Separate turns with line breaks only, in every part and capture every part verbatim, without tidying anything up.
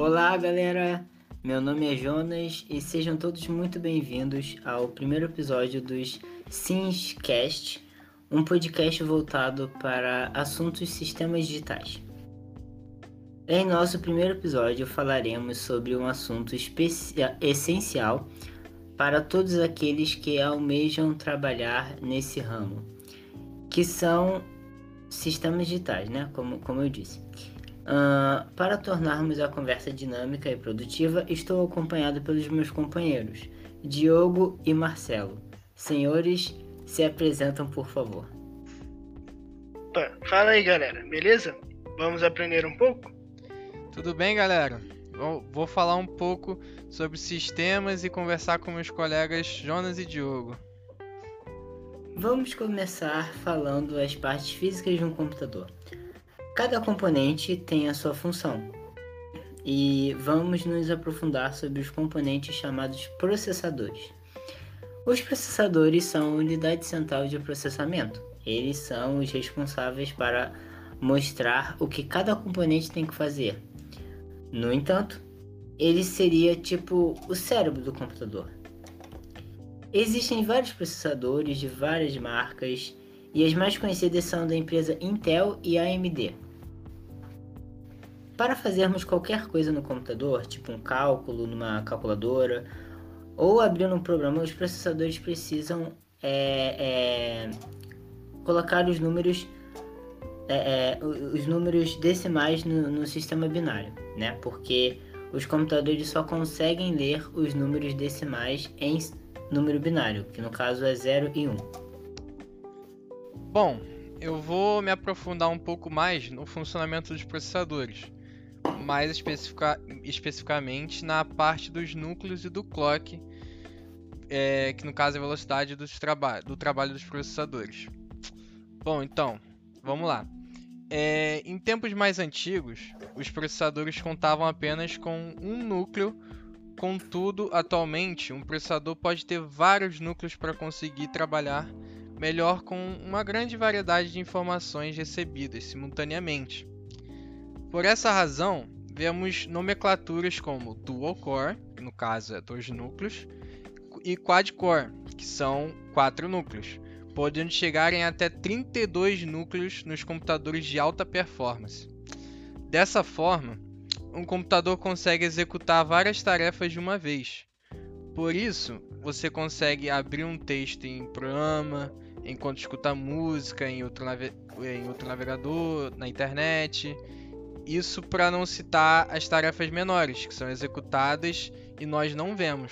Olá, galera! Meu nome é Jonas e sejam todos muito bem-vindos ao primeiro episódio dos Sinscast, um podcast voltado para assuntos sistemas digitais. Em nosso primeiro episódio falaremos sobre um assunto especia- essencial para todos aqueles que almejam trabalhar nesse ramo, que são sistemas digitais, né? Como, como eu disse. Uh, para tornarmos a conversa dinâmica e produtiva, estou acompanhado pelos meus companheiros, Diogo e Marcelo. Senhores, se apresentam, por favor.
Opa, fala aí, galera, beleza? Vamos aprender um pouco?
Tudo bem, galera? Eu vou falar um pouco sobre sistemas e conversar com meus colegas Jonas e Diogo.
Vamos começar falando as partes físicas de um computador. Cada componente tem a sua função, e vamos nos aprofundar sobre os componentes chamados processadores. Os processadores são a unidade central de processamento. Eles são os responsáveis para mostrar o que cada componente tem que fazer. No entanto, ele seria tipo o cérebro do computador. Existem vários processadores de várias marcas, e as mais conhecidas são da empresa Intel e A M D. Para fazermos qualquer coisa no computador, tipo um cálculo numa calculadora, ou abrir um programa, os processadores precisam é, é, colocar os números, é, é, os números decimais no, no sistema binário, né? Porque os computadores só conseguem ler os números decimais em número binário, que no caso é zero e um.
Bom, eu vou me aprofundar um pouco mais no funcionamento dos processadores, mais especifica- especificamente na parte dos núcleos e do clock, é, que no caso é a velocidade dos traba- do trabalho dos processadores. Bom, então, vamos lá. É, em tempos mais antigos, os processadores contavam apenas com um núcleo. Contudo, atualmente, um processador pode ter vários núcleos para conseguir trabalhar melhor com uma grande variedade de informações recebidas simultaneamente. Por essa razão, vemos nomenclaturas como Dual Core, que no caso é dois núcleos, e Quad Core, que são quatro núcleos, podendo chegar em até trinta e dois núcleos nos computadores de alta performance. Dessa forma, um computador consegue executar várias tarefas de uma vez. Por isso, você consegue abrir um texto em programa, enquanto escuta música em outro, nave- em outro navegador, na internet. Isso para não citar as tarefas menores, que são executadas e nós não vemos.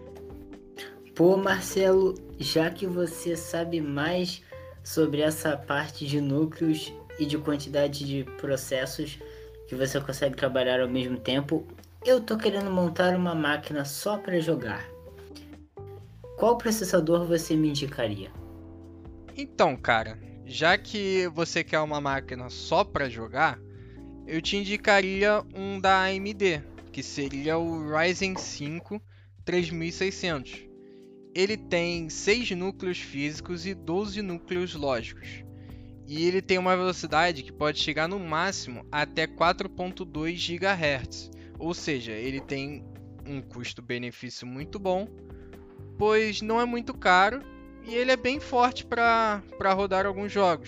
Pô, Marcelo, já que você sabe mais sobre essa parte de núcleos e de quantidade de processos que você consegue trabalhar ao mesmo tempo, eu tô querendo montar uma máquina só para jogar. Qual processador você me indicaria?
Então, cara, já que você quer uma máquina só para jogar, eu te indicaria um da A M D, que seria o Ryzen cinco três mil e seiscentos. Ele tem seis núcleos físicos e doze núcleos lógicos. E ele tem uma velocidade que pode chegar no máximo até quatro vírgula dois gigahertz. Ou seja, ele tem um custo-benefício muito bom, pois não é muito caro e ele é bem forte para rodar alguns jogos.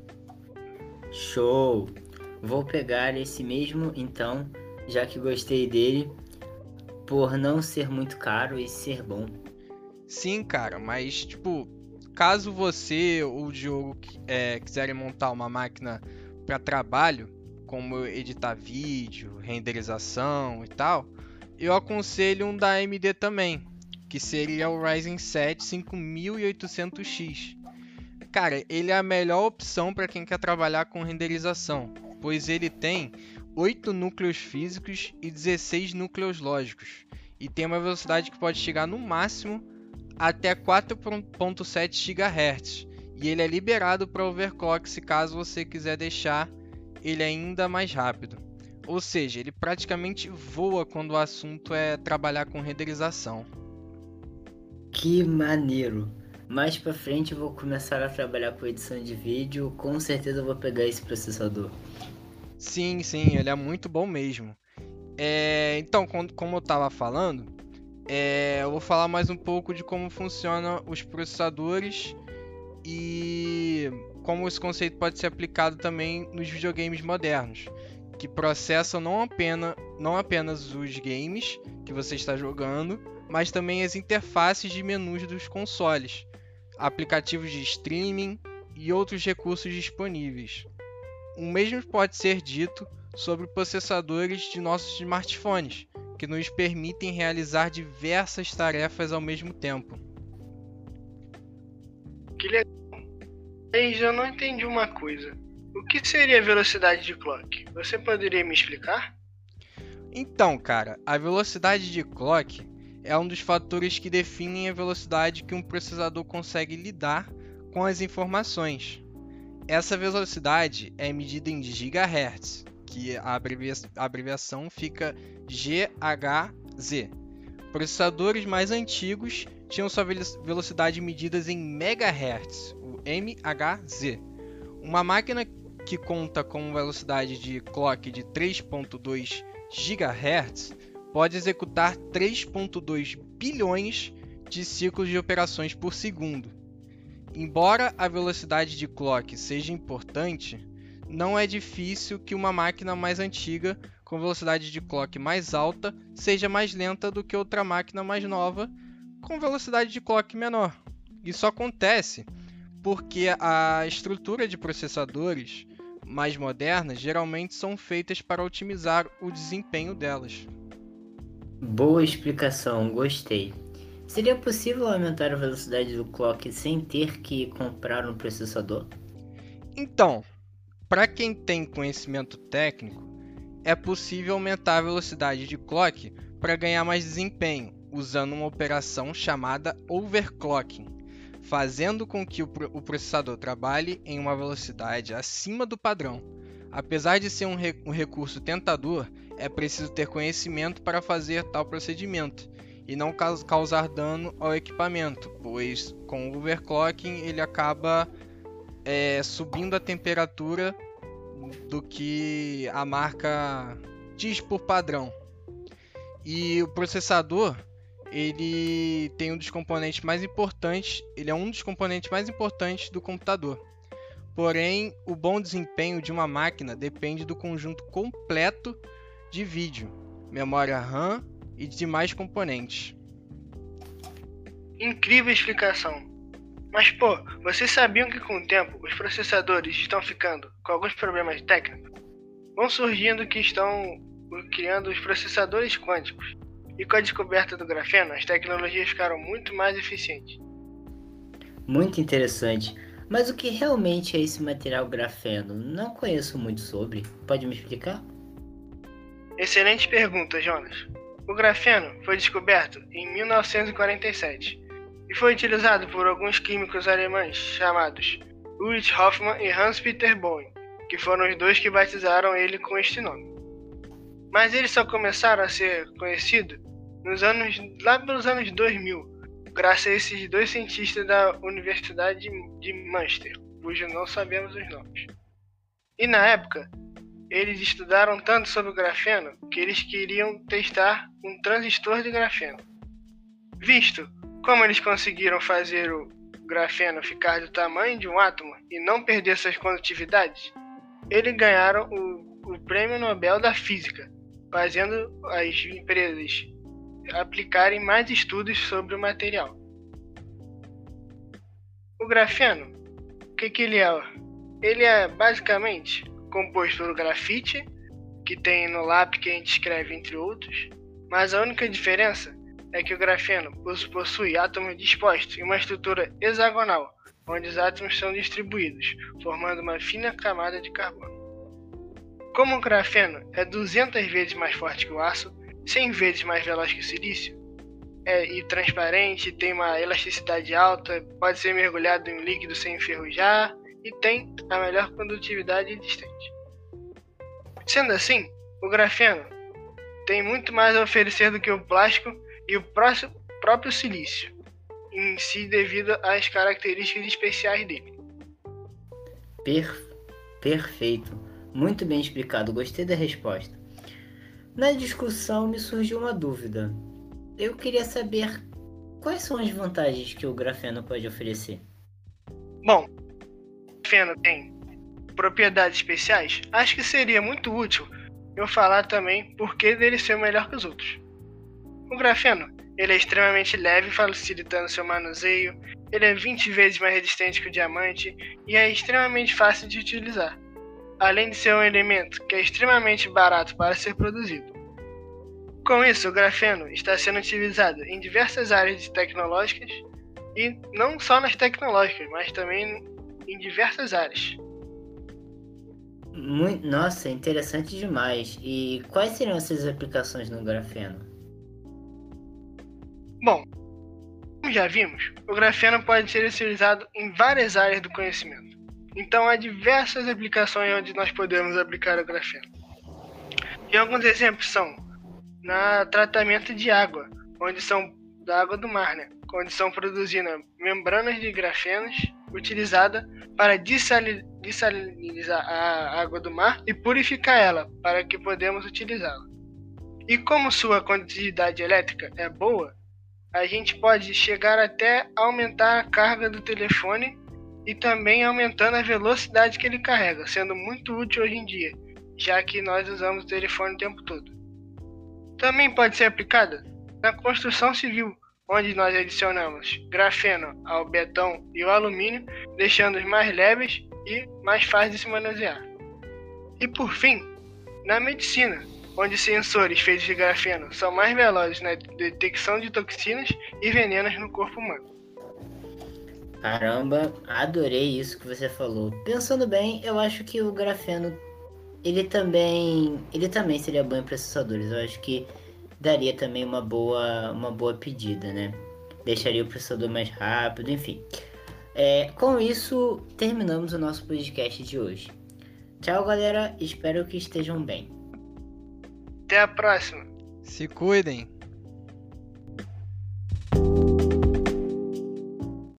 Show! Vou pegar esse mesmo então, já que gostei dele, por não ser muito caro e ser bom.
Sim, cara, mas tipo, caso você ou o Diogo é, quiserem montar uma máquina para trabalho, como editar vídeo, renderização e tal, eu aconselho um da A M D também, que seria o Ryzen sete cinco mil e oitocentos X. Cara, ele é a melhor opção para quem quer trabalhar com renderização, pois ele tem oito núcleos físicos e dezesseis núcleos lógicos, e tem uma velocidade que pode chegar no máximo até quatro vírgula sete gigahertz, e ele é liberado para overclock se caso você quiser deixar ele ainda mais rápido. Ou seja, ele praticamente voa quando o assunto é trabalhar com renderização.
Que maneiro! Mais pra frente eu vou começar a trabalhar com edição de vídeo, com certeza eu vou pegar esse processador.
Sim, sim, ele é muito bom mesmo. É, então, com- como eu estava falando, é, eu vou falar mais um pouco de como funcionam os processadores e como esse conceito pode ser aplicado também nos videogames modernos, que processam não apenas, não apenas os games que você está jogando, mas também as interfaces de menus dos consoles, aplicativos de streaming e outros recursos disponíveis. O mesmo pode ser dito sobre processadores de nossos smartphones, que nos permitem realizar diversas tarefas ao mesmo tempo.
Que legal. Mas eu não entendi uma coisa. O que seria velocidade de clock? Você poderia me explicar?
Então, cara, a velocidade de clock é um dos fatores que definem a velocidade que um processador consegue lidar com as informações. Essa velocidade é medida em gigahertz, que a abrevia- a abreviação fica G H Z. Processadores mais antigos tinham sua velo- velocidade medida em megahertz, o M H Z. Uma máquina que conta com uma velocidade de clock de três vírgula dois gigahertz pode executar três vírgula dois bilhões de ciclos de operações por segundo. Embora a velocidade de clock seja importante, não é difícil que uma máquina mais antiga com velocidade de clock mais alta seja mais lenta do que outra máquina mais nova com velocidade de clock menor. Isso acontece porque a estrutura de processadores mais modernas geralmente são feitas para otimizar o desempenho delas.
Boa explicação, gostei. Seria possível aumentar a velocidade do clock sem ter que comprar um processador?
Então, para quem tem conhecimento técnico, é possível aumentar a velocidade de clock para ganhar mais desempenho, usando uma operação chamada overclocking, fazendo com que o processador trabalhe em uma velocidade acima do padrão. Apesar de ser um, re um recurso tentador, é preciso ter conhecimento para fazer tal procedimento e não ca causar dano ao equipamento, pois com o overclocking ele acaba é, subindo a temperatura do que a marca diz por padrão. E o processador, ele tem um dos componentes mais importantes, ele é um dos componentes mais importantes do computador. Porém, o bom desempenho de uma máquina depende do conjunto completo de vídeo, memória RAM e demais componentes.
Incrível explicação. Mas pô, vocês sabiam que com o tempo os processadores estão ficando com alguns problemas técnicos? Vão surgindo que estão criando os processadores quânticos. E com a descoberta do grafeno, as tecnologias ficaram muito mais eficientes.
Muito interessante. Mas o que realmente é esse material grafeno? Não conheço muito sobre. Pode me explicar?
Excelente pergunta, Jonas. O grafeno foi descoberto em mil novecentos e quarenta e sete e foi utilizado por alguns químicos alemães chamados Ulrich Hoffmann e Hans-Peter Bohm, que foram os dois que batizaram ele com este nome. Mas ele só começaram a ser conhecido nos anos, lá pelos anos dois mil, graças a esses dois cientistas da Universidade de Münster, cujo não sabemos os nomes. E na época, eles estudaram tanto sobre o grafeno que eles queriam testar um transistor de grafeno. Visto como eles conseguiram fazer o grafeno ficar do tamanho de um átomo e não perder suas condutividades, eles ganharam o, o Prêmio Nobel da Física, fazendo as empresas aplicarem mais estudos sobre o material. O grafeno, o que, que ele é? Ele é basicamente composto por grafite, que tem no lápis que a gente escreve entre outros, mas a única diferença é que o grafeno possui átomos dispostos em uma estrutura hexagonal, onde os átomos são distribuídos, formando uma fina camada de carbono. Como o grafeno é duzentas vezes mais forte que o aço, cem vezes mais veloz que o silício, é e transparente, tem uma elasticidade alta, pode ser mergulhado em líquido sem enferrujar e tem a melhor condutividade existente. Sendo assim, o grafeno tem muito mais a oferecer do que o plástico e o próprio silício em si, devido às características especiais dele.
Per... Perfeito. Muito bem explicado. Gostei da resposta. Na discussão me surgiu uma dúvida. Eu queria saber quais são as vantagens que o grafeno pode oferecer.
Bom, o grafeno tem propriedades especiais. Acho que seria muito útil eu falar também por que dele ser melhor que os outros. O grafeno, ele é extremamente leve, facilitando seu manuseio. Ele é vinte vezes mais resistente que o diamante e é extremamente fácil de utilizar, além de ser um elemento que é extremamente barato para ser produzido. Com isso, o grafeno está sendo utilizado em diversas áreas tecnológicas e não só nas tecnológicas, mas também em diversas áreas.
Muito, nossa, interessante demais. E quais seriam essas aplicações no grafeno?
Bom, como já vimos, o grafeno pode ser utilizado em várias áreas do conhecimento. Então há diversas aplicações onde nós podemos aplicar o grafeno. E alguns exemplos são no tratamento de água, onde são da água do mar, né? Onde são produzidas membranas de grafenos utilizadas para dessalinizar a água do mar e purificar ela para que podemos utilizá-la. E como sua condutividade elétrica é boa, a gente pode chegar até aumentar a carga do telefone e também aumentando a velocidade que ele carrega, sendo muito útil hoje em dia, já que nós usamos o telefone o tempo todo. Também pode ser aplicada na construção civil, onde nós adicionamos grafeno ao betão e ao alumínio, deixando-os mais leves e mais fáceis de se manusear. E por fim, na medicina, onde sensores feitos de grafeno são mais velozes na detecção de toxinas e venenos no corpo humano.
Caramba, adorei isso que você falou. Pensando bem, eu acho que o grafeno ele também, ele também seria bom em processadores. Eu acho que daria também uma boa, uma boa pedida, né? Deixaria o processador mais rápido, enfim. É, com isso, terminamos o nosso podcast de hoje. Tchau, galera. Espero que estejam bem.
Até a próxima.
Se cuidem.